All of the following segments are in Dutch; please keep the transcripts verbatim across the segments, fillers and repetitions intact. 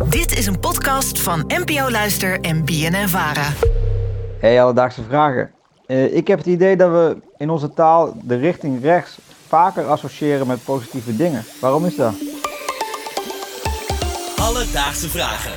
Dit is een podcast van N P O Luister en B N N Vara. Hey, alledaagse vragen. Uh, ik heb het idee dat we in onze taal de richting rechts vaker associëren met positieve dingen. Waarom is dat? Alledaagse vragen.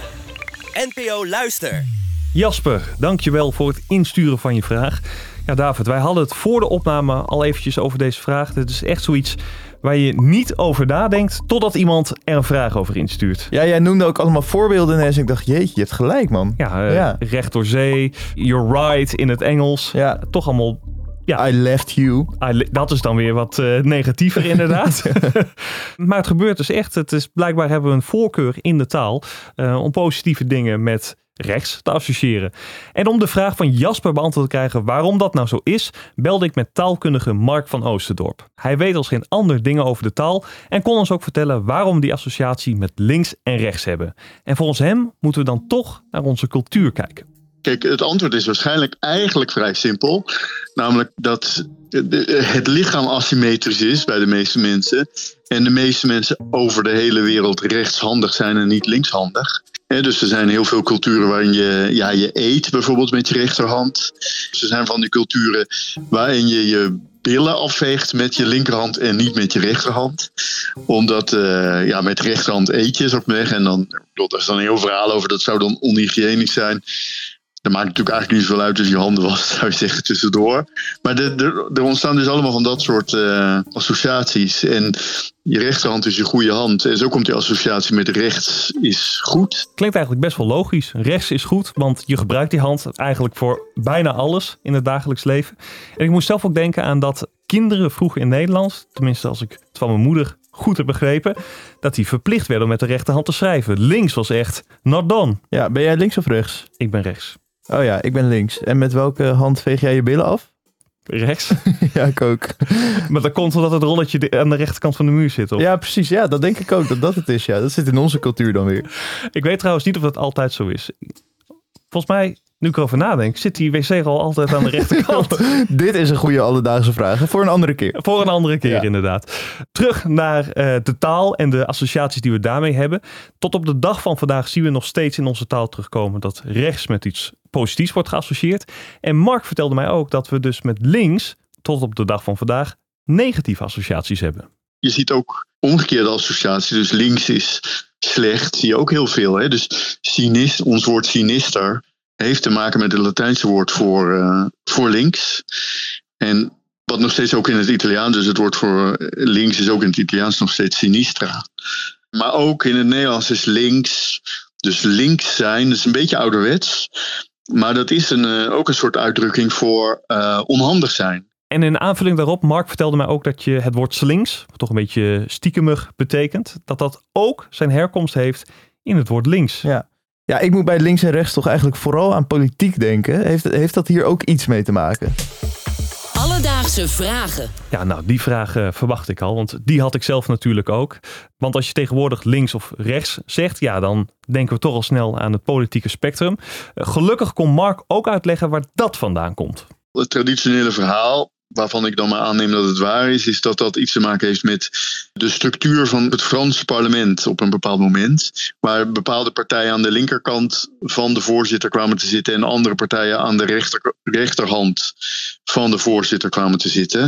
N P O Luister. Jasper, dankjewel voor het insturen van je vraag. Ja, David, wij hadden het voor de opname al eventjes over deze vraag. Het is echt zoiets waar je niet over nadenkt totdat iemand er een vraag over instuurt. Ja, jij noemde ook allemaal voorbeelden en ik dacht, jeetje, je hebt gelijk, man. Ja, uh, ja. Recht door zee, you're right in het Engels. Ja. Toch allemaal... Ja. I left you. I, dat is dan weer wat uh, negatiever inderdaad. Maar het gebeurt dus echt. Het is, blijkbaar hebben we een voorkeur in de taal uh, om positieve dingen met rechts te associëren. En om de vraag van Jasper beantwoord te krijgen waarom dat nou zo is, belde ik met taalkundige Mark van Oosterdorp. Hij weet als geen ander dingen over de taal en kon ons ook vertellen waarom we die associatie met links en rechts hebben. En volgens hem moeten we dan toch naar onze cultuur kijken. Kijk, het antwoord is waarschijnlijk eigenlijk vrij simpel. Namelijk dat het lichaam asymmetrisch is bij de meeste mensen. En de meeste mensen over de hele wereld rechtshandig zijn en niet linkshandig. He, dus er zijn heel veel culturen waarin je, ja, je eet bijvoorbeeld met je rechterhand. Dus er zijn van die culturen waarin je je billen afveegt met je linkerhand en niet met je rechterhand. Omdat uh, ja, met rechterhand eet je, zou ik maar zeggen. En dan, dat is dan een heel verhaal over, dat zou dan onhygiënisch zijn. Dat maakt natuurlijk eigenlijk niet zoveel uit als je handen was, zou je zeggen, tussendoor. Maar de, de, er ontstaan dus allemaal van dat soort uh, associaties. En je rechterhand is je goede hand. En zo komt die associatie met rechts is goed. Klinkt eigenlijk best wel logisch. Rechts is goed, want je gebruikt die hand eigenlijk voor bijna alles in het dagelijks leven. En ik moest zelf ook denken aan dat kinderen vroeger in Nederland, tenminste als ik het van mijn moeder goed heb begrepen, dat die verplicht werden om met de rechterhand te schrijven. Links was echt not done. Ja, ben jij links of rechts? Ik ben rechts. Oh ja, ik ben links. En met welke hand veeg jij je billen af? Rechts. Ja, ik ook. Maar dat komt omdat het rolletje aan de rechterkant van de muur zit, of? Ja, precies. Ja, dat denk ik ook dat dat het is. Ja, dat zit in onze cultuur dan weer. Ik weet trouwens niet of dat altijd zo is. Volgens mij, nu ik erover nadenk, zit die wc-rol altijd aan de rechterkant. Dit is een goede alledaagse vraag. Voor een andere keer. Voor een andere keer, ja. Inderdaad. Terug naar uh, de taal en de associaties die we daarmee hebben. Tot op de dag van vandaag zien we nog steeds in onze taal terugkomen dat rechts met iets positiefs wordt geassocieerd. En Mark vertelde mij ook dat we dus met links, tot op de dag van vandaag, negatieve associaties hebben. Je ziet ook omgekeerde associaties. Dus links is slecht, zie je ook heel veel. Hè? Dus cynist, ons woord sinister heeft te maken met het Latijnse woord voor, uh, voor links. En wat nog steeds ook in het Italiaans, dus het woord voor links is ook in het Italiaans nog steeds sinistra. Maar ook in het Nederlands is links, dus links zijn, dat is een beetje ouderwets. Maar dat is een, uh, ook een soort uitdrukking voor uh, onhandig zijn. En in aanvulling daarop, Mark vertelde mij ook dat je het woord slinks, wat toch een beetje stiekemig betekent, dat dat ook zijn herkomst heeft in het woord links. Ja. Ja, ik moet bij links en rechts toch eigenlijk vooral aan politiek denken. Heeft, heeft dat hier ook iets mee te maken? Alledaagse vragen. Ja, nou, die vraag uh, verwacht ik al, want die had ik zelf natuurlijk ook. Want als je tegenwoordig links of rechts zegt, ja, dan denken we toch al snel aan het politieke spectrum. Uh, gelukkig kon Mark ook uitleggen waar dat vandaan komt. Het traditionele verhaal, waarvan ik dan maar aanneem dat het waar is, is dat dat iets te maken heeft met de structuur van het Franse parlement op een bepaald moment. Waar bepaalde partijen aan de linkerkant van de voorzitter kwamen te zitten en andere partijen aan de rechter, rechterhand van de voorzitter kwamen te zitten.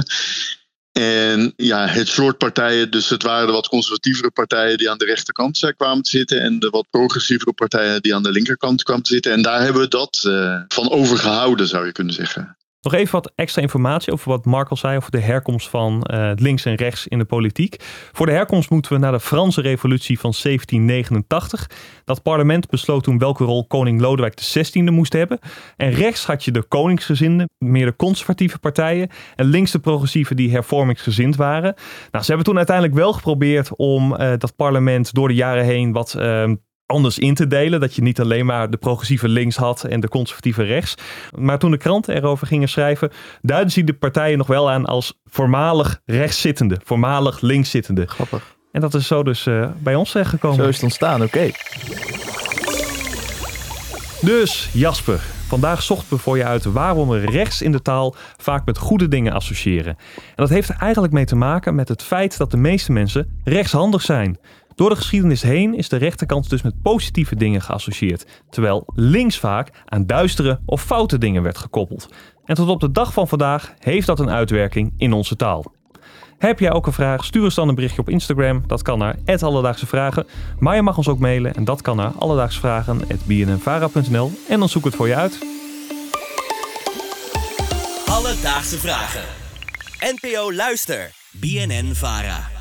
En ja, het soort partijen, dus het waren de wat conservatievere partijen die aan de rechterkant kwamen te zitten en de wat progressievere partijen die aan de linkerkant kwamen te zitten. En daar hebben we dat uh, van overgehouden, zou je kunnen zeggen. Nog even wat extra informatie over wat Mark al zei over de herkomst van uh, links en rechts in de politiek. Voor de herkomst moeten we naar de Franse revolutie van zeventien negenentachtig. Dat parlement besloot toen welke rol koning Lodewijk de zestiende moest hebben. En rechts had je de koningsgezinden, meer de conservatieve partijen. En links de progressieven die hervormingsgezind waren. Nou, ze hebben toen uiteindelijk wel geprobeerd om uh, dat parlement door de jaren heen wat Uh, anders in te delen. Dat je niet alleen maar de progressieve links had en de conservatieve rechts. Maar toen de kranten erover gingen schrijven, duiden ze de partijen nog wel aan als voormalig rechtszittende, voormalig linkszittende. Grappig. En dat is zo dus uh, bij ons terechtgekomen. Zo is het ontstaan, oké. Okay. Dus Jasper, vandaag zochten we voor je uit waarom we rechts in de taal vaak met goede dingen associëren. En dat heeft er eigenlijk mee te maken met het feit dat de meeste mensen rechtshandig zijn. Door de geschiedenis heen is de rechterkant dus met positieve dingen geassocieerd, terwijl links vaak aan duistere of foute dingen werd gekoppeld. En tot op de dag van vandaag heeft dat een uitwerking in onze taal. Heb jij ook een vraag? Stuur ons dan een berichtje op Instagram. Dat kan naar at Alledaagse Vragen. Maar je mag ons ook mailen en dat kan naar alledaagsvragen at b n n vara punt n l en dan zoek ik het voor je uit. Alledaagse Vragen. N P O Luister. B N N Vara.